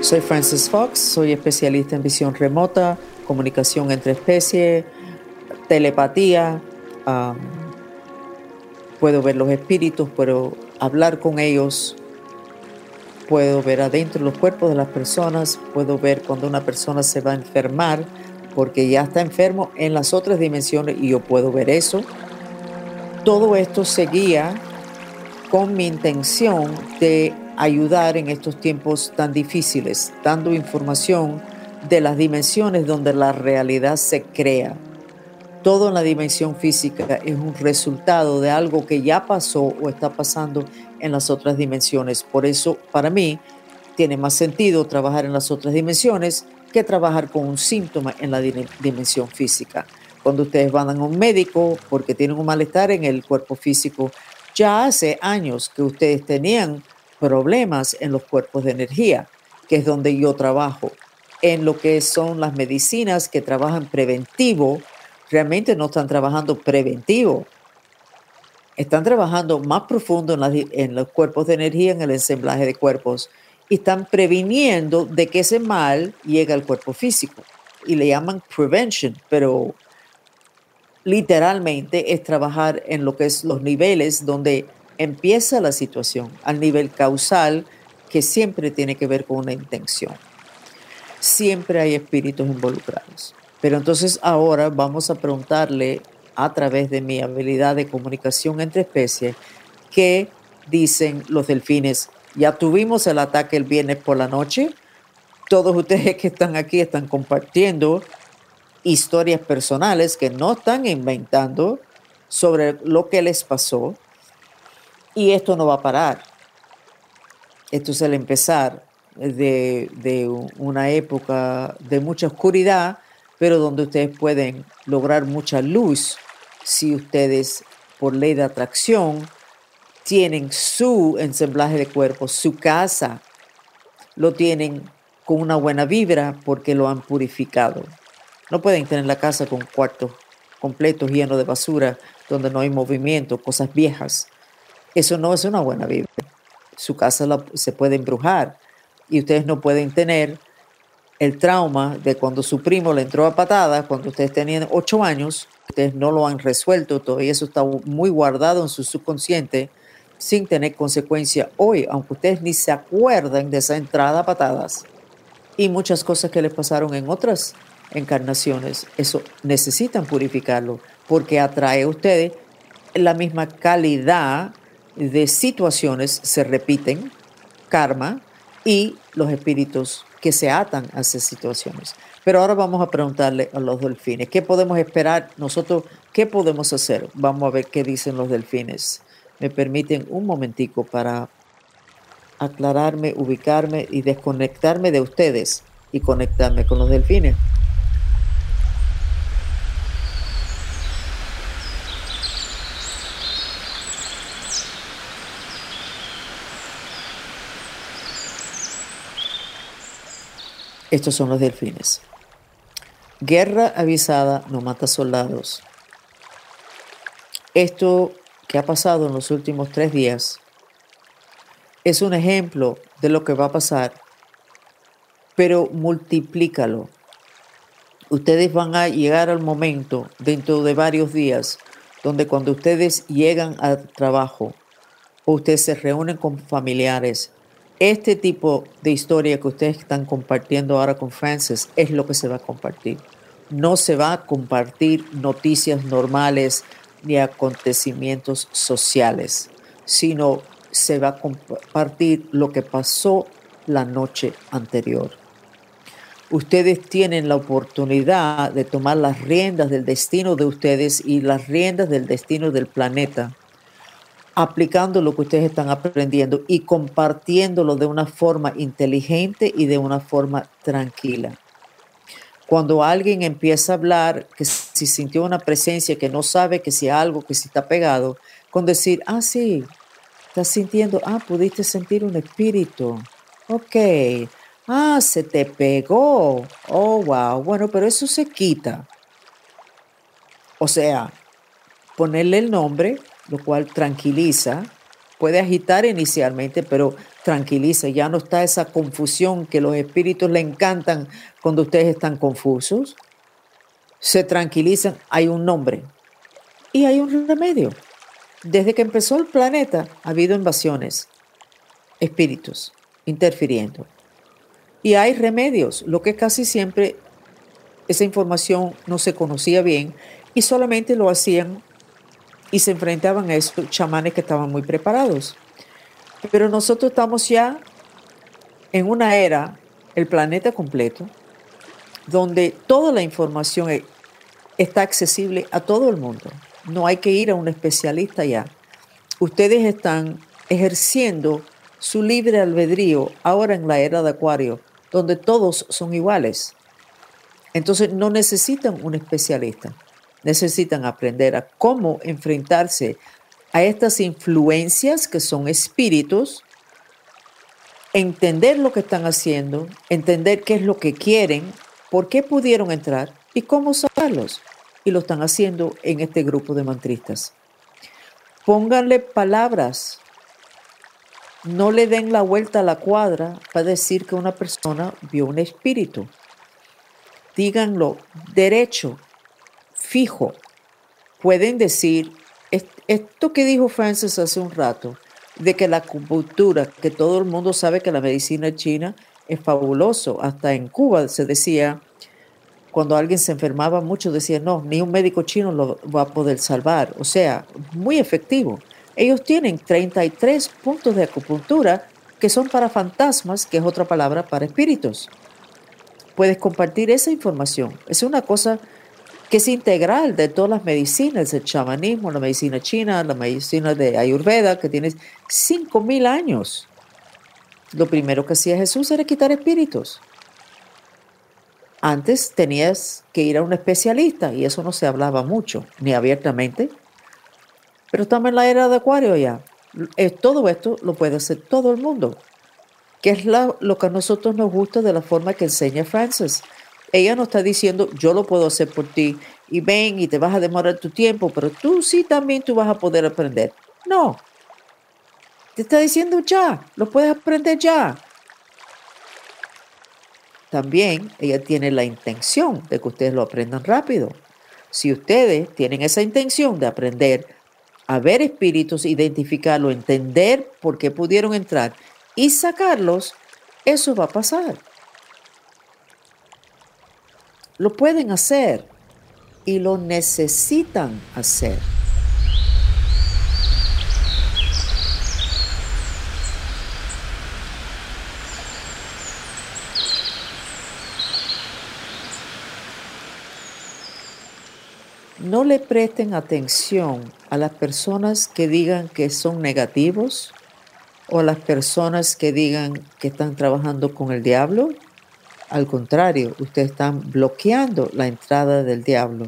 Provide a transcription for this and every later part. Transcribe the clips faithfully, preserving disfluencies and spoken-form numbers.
Soy Frances Fox, soy especialista en visión remota, comunicación entre especies, telepatía. Um, puedo ver los espíritus, puedo hablar con ellos, puedo ver adentro los cuerpos de las personas, puedo ver cuando una persona se va a enfermar porque ya está enfermo en las otras dimensiones y yo puedo ver eso. Todo esto se guía con mi intención de ayudar en estos tiempos tan difíciles, dando información de las dimensiones donde la realidad se crea. Todo en la dimensión física es un resultado de algo que ya pasó o está pasando en las otras dimensiones. Por eso, para mí, tiene más sentido trabajar en las otras dimensiones que trabajar con un síntoma en la dimensión física. Cuando ustedes van a un médico porque tienen un malestar en el cuerpo físico, ya hace años que ustedes tenían problemas en los cuerpos de energía, que es donde yo trabajo. En lo que son las medicinas que trabajan preventivo, realmente no están trabajando preventivo. Están trabajando más profundo en, la, en los cuerpos de energía, en el ensamblaje de cuerpos, y están previniendo de que ese mal llegue al cuerpo físico. Y le llaman prevention, pero literalmente es trabajar en lo que es los niveles donde empieza la situación, al nivel causal, que siempre tiene que ver con una intención. Siempre hay espíritus involucrados. Pero entonces ahora vamos a preguntarle a través de mi habilidad de comunicación entre especies qué dicen los delfines. Ya tuvimos el ataque el viernes por la noche. Todos ustedes que están aquí están compartiendo historias personales que no están inventando sobre lo que les pasó. Y esto no va a parar. Esto es el empezar de, de una época de mucha oscuridad, pero donde ustedes pueden lograr mucha luz si ustedes, por ley de atracción, tienen su ensamblaje de cuerpos, su casa, lo tienen con una buena vibra porque lo han purificado. No pueden tener la casa con cuartos completos llenos de basura, donde no hay movimiento, cosas viejas. Eso no es una buena vibra. Su casa la, se puede embrujar y ustedes no pueden tener el trauma de cuando su primo le entró a patadas cuando ustedes tenían ocho años, ustedes no lo han resuelto todavía, eso está muy guardado en su subconsciente sin tener consecuencia hoy, aunque ustedes ni se acuerdan de esa entrada a patadas y muchas cosas que les pasaron en otras encarnaciones. Eso necesitan purificarlo porque atrae a ustedes la misma calidad de situaciones, se repiten, karma, y los espíritus que se atan a esas situaciones. Pero ahora vamos a preguntarle a los delfines, ¿qué podemos esperar nosotros? ¿Qué podemos hacer? Vamos a ver qué dicen los delfines. Me permiten un momentico para aclararme, ubicarme y desconectarme de ustedes y conectarme con los delfines. Estos son los delfines. Guerra avisada no mata soldados. Esto que ha pasado en los últimos tres días es un ejemplo de lo que va a pasar, pero multiplícalo. Ustedes van a llegar al momento dentro de varios días donde cuando ustedes llegan al trabajo o ustedes se reúnen con familiares, este tipo de historia que ustedes están compartiendo ahora con Frances es lo que se va a compartir. No se va a compartir noticias normales ni acontecimientos sociales, sino se va a compartir lo que pasó la noche anterior. Ustedes tienen la oportunidad de tomar las riendas del destino de ustedes y las riendas del destino del planeta, aplicando lo que ustedes están aprendiendo y compartiéndolo de una forma inteligente y de una forma tranquila. Cuando alguien empieza a hablar, que si sintió una presencia, que no sabe que si algo, que si está pegado, con decir, ah, sí, estás sintiendo, ah, pudiste sentir un espíritu, ok, ah, se te pegó, oh, wow, bueno, pero eso se quita. O sea, ponerle el nombre, lo cual tranquiliza, puede agitar inicialmente, pero tranquiliza. Ya no está esa confusión que los espíritus le encantan cuando ustedes están confusos. Se tranquilizan, hay un nombre y hay un remedio. Desde que empezó el planeta ha habido invasiones, espíritus interfiriendo. Y hay remedios, lo que casi siempre esa información no se conocía bien y solamente lo hacían y se enfrentaban a esos chamanes que estaban muy preparados. Pero nosotros estamos ya en una era, el planeta completo, donde toda la información está accesible a todo el mundo. No hay que ir a un especialista ya. Ustedes están ejerciendo su libre albedrío ahora en la era de Acuario, donde todos son iguales. Entonces no necesitan un especialista. Necesitan aprender a cómo enfrentarse a estas influencias que son espíritus, entender lo que están haciendo, entender qué es lo que quieren, por qué pudieron entrar y cómo sacarlos. Y lo están haciendo en este grupo de mantristas. Pónganle palabras. No le den la vuelta a la cuadra para decir que una persona vio un espíritu. Díganlo derecho, fijo. Pueden decir, esto que dijo Francis hace un rato, de que la acupuntura, que todo el mundo sabe que la medicina china es fabuloso. Hasta en Cuba se decía, cuando alguien se enfermaba mucho, decía, no, ni un médico chino lo va a poder salvar. O sea, muy efectivo. Ellos tienen treinta y tres puntos de acupuntura que son para fantasmas, que es otra palabra para espíritus. Puedes compartir esa información. Es una cosa que es integral de todas las medicinas, el chamanismo, la medicina china, la medicina de Ayurveda, que tiene cinco mil años. Lo primero que hacía Jesús era quitar espíritus. Antes tenías que ir a un especialista y eso no se hablaba mucho, ni abiertamente. Pero estamos en la era de Acuario ya. Todo esto lo puede hacer todo el mundo, que es la, lo que a nosotros nos gusta de la forma que enseña Francis. Ella no está diciendo, yo lo puedo hacer por ti y ven y te vas a demorar tu tiempo, pero tú sí también tú vas a poder aprender. No, te está diciendo ya, lo puedes aprender ya. También ella tiene la intención de que ustedes lo aprendan rápido. Si ustedes tienen esa intención de aprender a ver espíritus, identificarlo, entender por qué pudieron entrar y sacarlos, eso va a pasar. Lo pueden hacer y lo necesitan hacer. No le presten atención a las personas que digan que son negativos o a las personas que digan que están trabajando con el diablo. Al contrario, ustedes están bloqueando la entrada del diablo.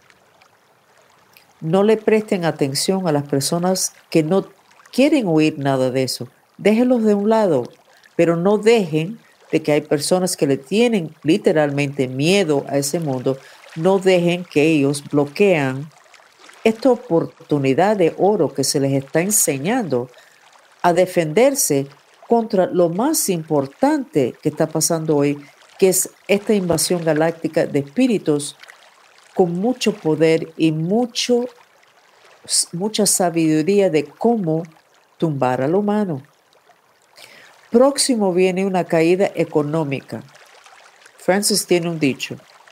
No le presten atención a las personas que no quieren oír nada de eso. Déjenlos de un lado, pero no dejen de que hay personas que le tienen literalmente miedo a ese mundo. No dejen que ellos bloquean esta oportunidad de oro que se les está enseñando a defenderse contra lo más importante que está pasando hoy, que es esta invasión galáctica de espíritus con mucho poder y mucho, mucha sabiduría de cómo tumbar al humano. Próximo viene una caída económica. Francis tiene un dicho.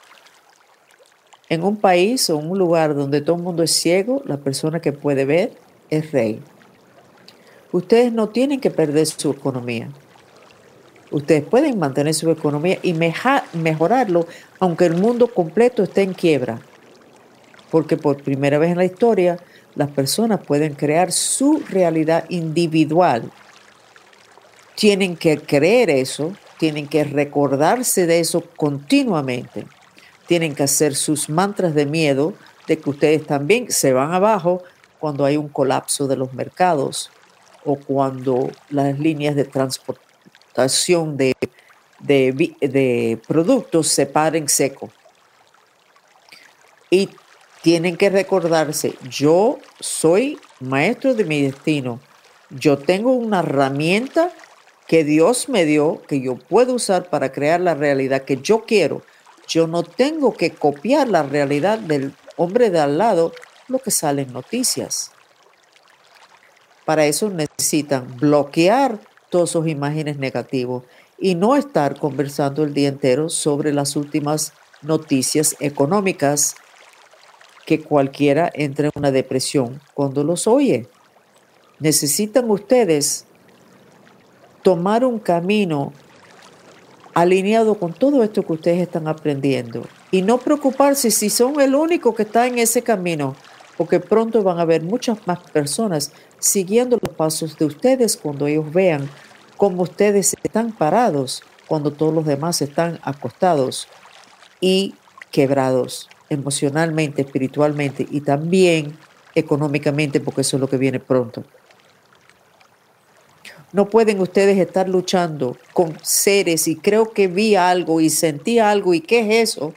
En un país o un lugar donde todo el mundo es ciego, la persona que puede ver es rey. Ustedes no tienen que perder su economía. Ustedes pueden mantener su economía y meja, mejorarlo, aunque el mundo completo esté en quiebra. Porque por primera vez en la historia, las personas pueden crear su realidad individual. Tienen que creer eso, tienen que recordarse de eso continuamente. Tienen que hacer sus mantras de miedo de que ustedes también se van abajo cuando hay un colapso de los mercados o cuando las líneas de transportación de, de, de productos se paren seco. Y tienen que recordarse, yo soy maestro de mi destino. Yo tengo una herramienta que Dios me dio, que yo puedo usar para crear la realidad que yo quiero. Yo no tengo que copiar la realidad del hombre de al lado, lo que sale en noticias. Para eso necesitan bloquear todas sus imágenes negativas y no estar conversando el día entero sobre las últimas noticias económicas que cualquiera entre en una depresión cuando los oye. Necesitan ustedes tomar un camino alineado con todo esto que ustedes están aprendiendo y no preocuparse si son el único que está en ese camino, porque pronto van a haber muchas más personas siguiendo los pasos de ustedes cuando ellos vean cómo ustedes están parados cuando todos los demás están acostados y quebrados emocionalmente, espiritualmente y también económicamente, porque eso es lo que viene pronto. No pueden ustedes estar luchando con seres y creo que vi algo y sentí algo y ¿qué es eso?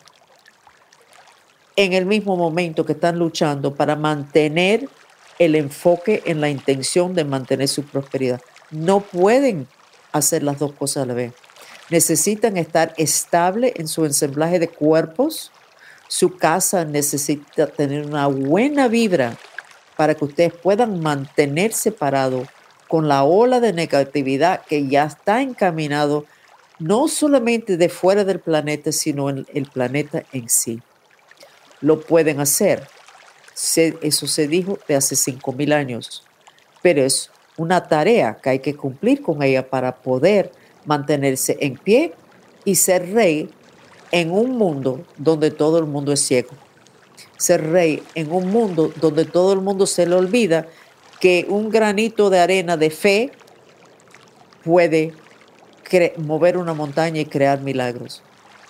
En el mismo momento que están luchando para mantener el enfoque en la intención de mantener su prosperidad. No pueden hacer las dos cosas a la vez. Necesitan estar estable en su ensamblaje de cuerpos. Su casa necesita tener una buena vibra para que ustedes puedan mantenerse parados con la ola de negatividad que ya está encaminado no solamente de fuera del planeta, sino en el planeta en sí. Lo pueden hacer. Se, eso se dijo de hace cinco mil años, pero es una tarea que hay que cumplir con ella para poder mantenerse en pie y ser rey en un mundo donde todo el mundo es ciego. Ser rey en un mundo donde todo el mundo se le olvida que un granito de arena de fe puede mover una montaña y crear milagros.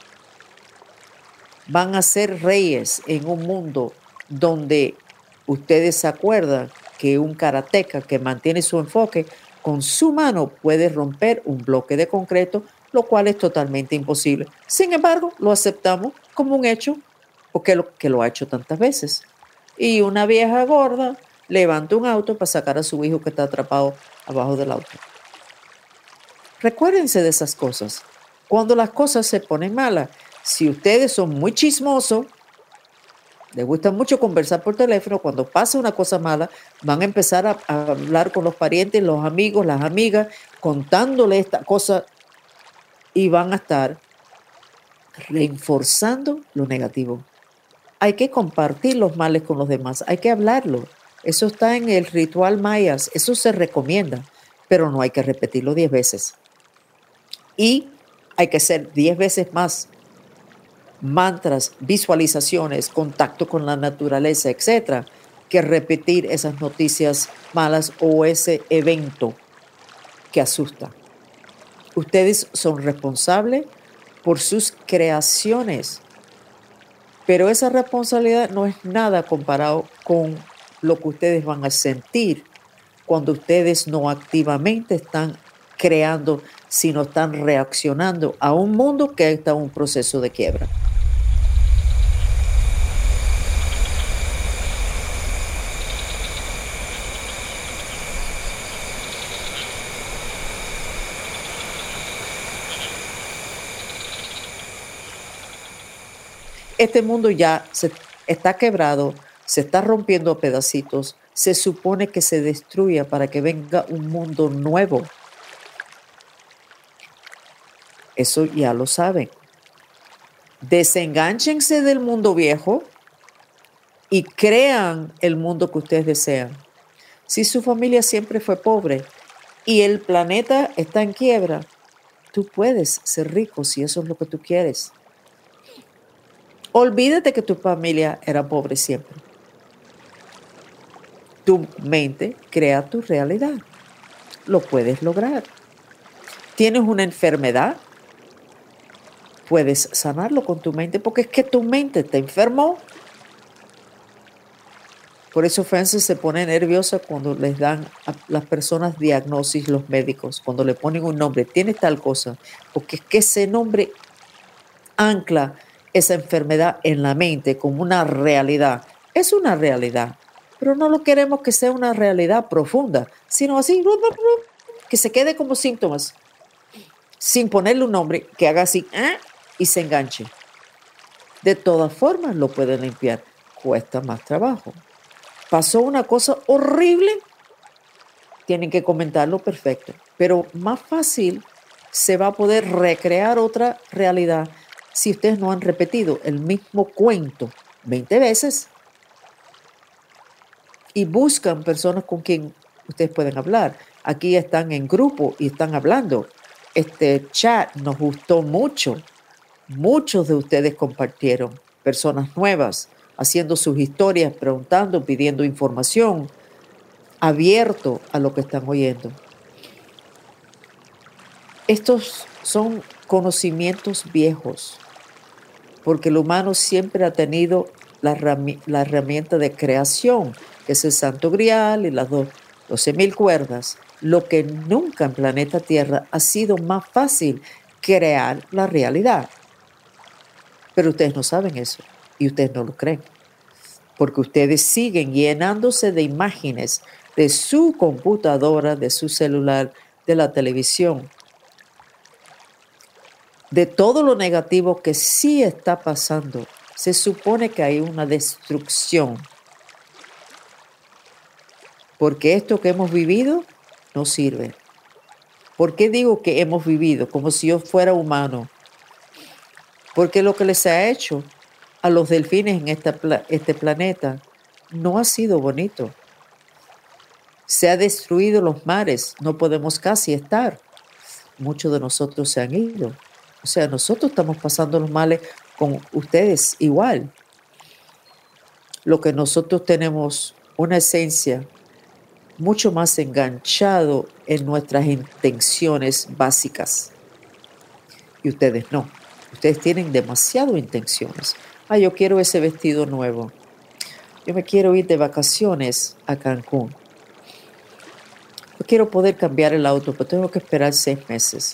Van a ser reyes en un mundo donde ustedes se acuerdan que un karateca que mantiene su enfoque con su mano puede romper un bloque de concreto, lo cual es totalmente imposible. Sin embargo, lo aceptamos como un hecho porque lo, que lo ha hecho tantas veces. Y una vieja gorda levanta un auto para sacar a su hijo que está atrapado abajo del auto. Recuérdense de esas cosas. Cuando las cosas se ponen malas, si ustedes son muy chismosos, les gusta mucho conversar por teléfono, cuando pasa una cosa mala, van a empezar a, a hablar con los parientes, los amigos, las amigas, contándole esta cosa y van a estar reforzando lo negativo. Hay que compartir los males con los demás, hay que hablarlo. Eso está en el ritual mayas, eso se recomienda, pero no hay que repetirlo diez veces. Y hay que hacer diez veces más mantras, visualizaciones, contacto con la naturaleza, etcétera, que repetir esas noticias malas o ese evento que asusta. Ustedes son responsables por sus creaciones, pero esa responsabilidad no es nada comparado con lo que ustedes van a sentir cuando ustedes no activamente están creando, sino están reaccionando a un mundo que está en un proceso de quiebra. Este mundo ya se está quebrado, se está rompiendo a pedacitos, se supone que se destruya para que venga un mundo nuevo. Eso ya lo saben. Desengánchense del mundo viejo y crean el mundo que ustedes desean. Si su familia siempre fue pobre y el planeta está en quiebra, tú puedes ser rico si eso es lo que tú quieres. Olvídate que tu familia era pobre siempre. Tu mente crea tu realidad. Lo puedes lograr. ¿Tienes una enfermedad? Puedes sanarlo con tu mente porque es que tu mente te enfermó. Por eso Frances se pone nerviosa cuando les dan a las personas diagnosis, los médicos, cuando le ponen un nombre, tiene tal cosa, porque es que ese nombre ancla esa enfermedad en la mente como una realidad. Es una realidad. pero no lo queremos que sea una realidad profunda, sino así, que se quede como síntomas, sin ponerle un nombre, que haga así ¿eh? y se enganche. De todas formas, lo pueden limpiar. Cuesta más trabajo. Pasó una cosa horrible, tienen que comentarlo perfecto. Pero más fácil se va a poder recrear otra realidad si ustedes no han repetido el mismo cuento veinte veces y buscan personas con quien ustedes pueden hablar. Aquí están en grupo y están hablando. Este chat nos gustó mucho. Muchos de ustedes compartieron, personas nuevas, haciendo sus historias, preguntando, pidiendo información, abierto a lo que están oyendo. Estos son conocimientos viejos, porque el humano siempre ha tenido la, la herramienta de creación, que es el Santo Grial y las doce mil cuerdas. Lo que nunca en planeta Tierra ha sido más fácil crear la realidad. Pero ustedes no saben eso y ustedes no lo creen, porque ustedes siguen llenándose de imágenes de su computadora, de su celular, de la televisión, de todo lo negativo que sí está pasando. Se supone que hay una destrucción, porque esto que hemos vivido no sirve. ¿Por qué digo que hemos vivido? Como si yo fuera humano. Porque lo que les ha hecho a los delfines en esta, este planeta no ha sido bonito. Se ha destruido los mares, no podemos casi estar. Muchos de nosotros se han ido. O sea, nosotros estamos pasando los males con ustedes igual. Lo que nosotros tenemos una esencia mucho más enganchado en nuestras intenciones básicas. Y ustedes no. Ustedes tienen demasiado intenciones. Ah, yo quiero ese vestido nuevo. Yo me quiero ir de vacaciones a Cancún. Yo quiero poder cambiar el auto, pero tengo que esperar seis meses.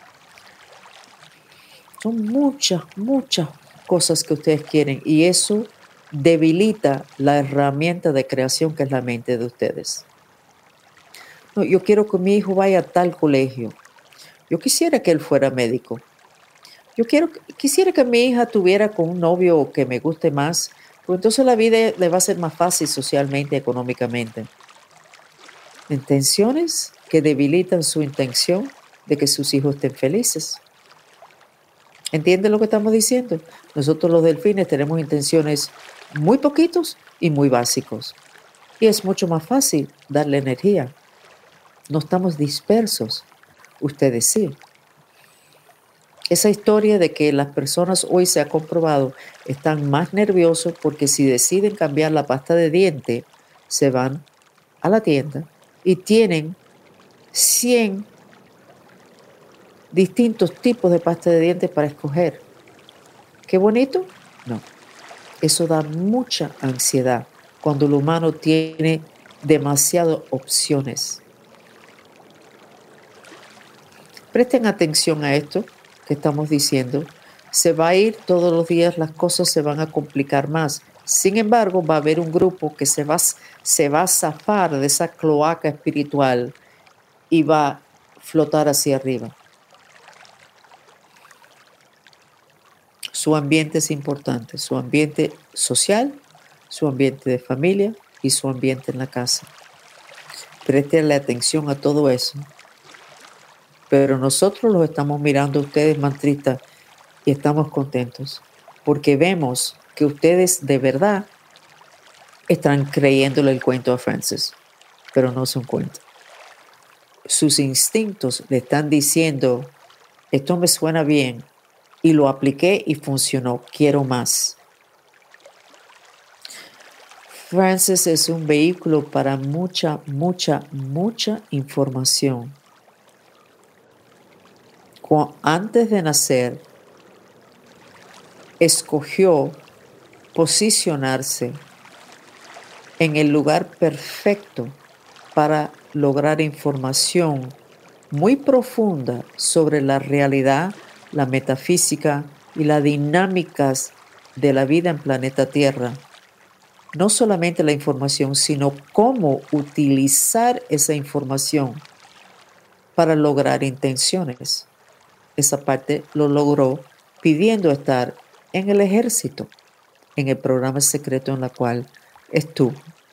Son muchas, muchas cosas que ustedes quieren y eso debilita la herramienta de creación que es la mente de ustedes. No, yo quiero que mi hijo vaya a tal colegio. Yo quisiera que él fuera médico. Yo quiero, quisiera que mi hija tuviera con un novio que me guste más, porque entonces la vida le va a ser más fácil socialmente, económicamente. Intenciones que debilitan su intención de que sus hijos estén felices. ¿Entienden lo que estamos diciendo? Nosotros los delfines tenemos intenciones muy poquitos y muy básicos. Y es mucho más fácil darle energía. No estamos dispersos. Ustedes sí. Esa historia de que las personas hoy se ha comprobado están más nerviosos porque si deciden cambiar la pasta de diente, se van a la tienda y tienen cien distintos tipos de pasta de dientes para escoger. ¿Qué bonito? No. Eso da mucha ansiedad cuando el humano tiene demasiadas opciones. Presten atención a esto que estamos diciendo. Se va a ir todos los días, las cosas se van a complicar más. Sin embargo, va a haber un grupo que se va, se va a zafar de esa cloaca espiritual y va a flotar hacia arriba. Su ambiente es importante, su ambiente social, su ambiente de familia y su ambiente en la casa. Prestenle atención a todo eso. Pero nosotros los estamos mirando a ustedes, mantristas, y estamos contentos porque vemos que ustedes de verdad están creyéndole el cuento a Francis, pero no es un cuento. Sus instintos le están diciendo, esto me suena bien, y lo apliqué y funcionó, quiero más. Francis es un vehículo para mucha, mucha, mucha información. Antes de nacer, escogió posicionarse en el lugar perfecto para lograr información muy profunda sobre la realidad, la metafísica y las dinámicas de la vida en planeta Tierra. no solamente la información, sino cómo utilizar esa información para lograr intenciones. Esa parte lo logró pidiendo estar en el ejército, en el programa secreto en el cual estuvo.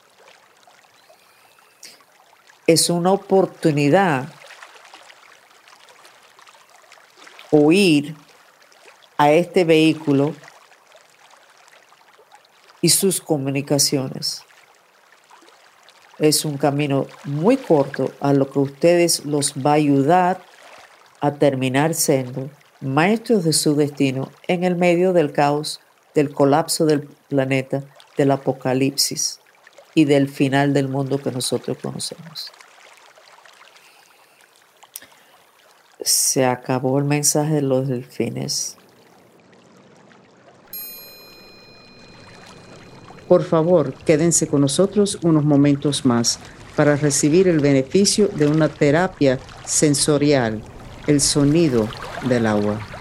Es una oportunidad oír a este vehículo y sus comunicaciones. Es un camino muy corto a lo que ustedes los va a ayudar a terminar siendo maestros de su destino en el medio del caos, del colapso del planeta, del apocalipsis y del final del mundo que nosotros conocemos. Se acabó el mensaje de los delfines. Por favor, quédense con nosotros unos momentos más para recibir el beneficio de una terapia sensorial, el sonido del agua.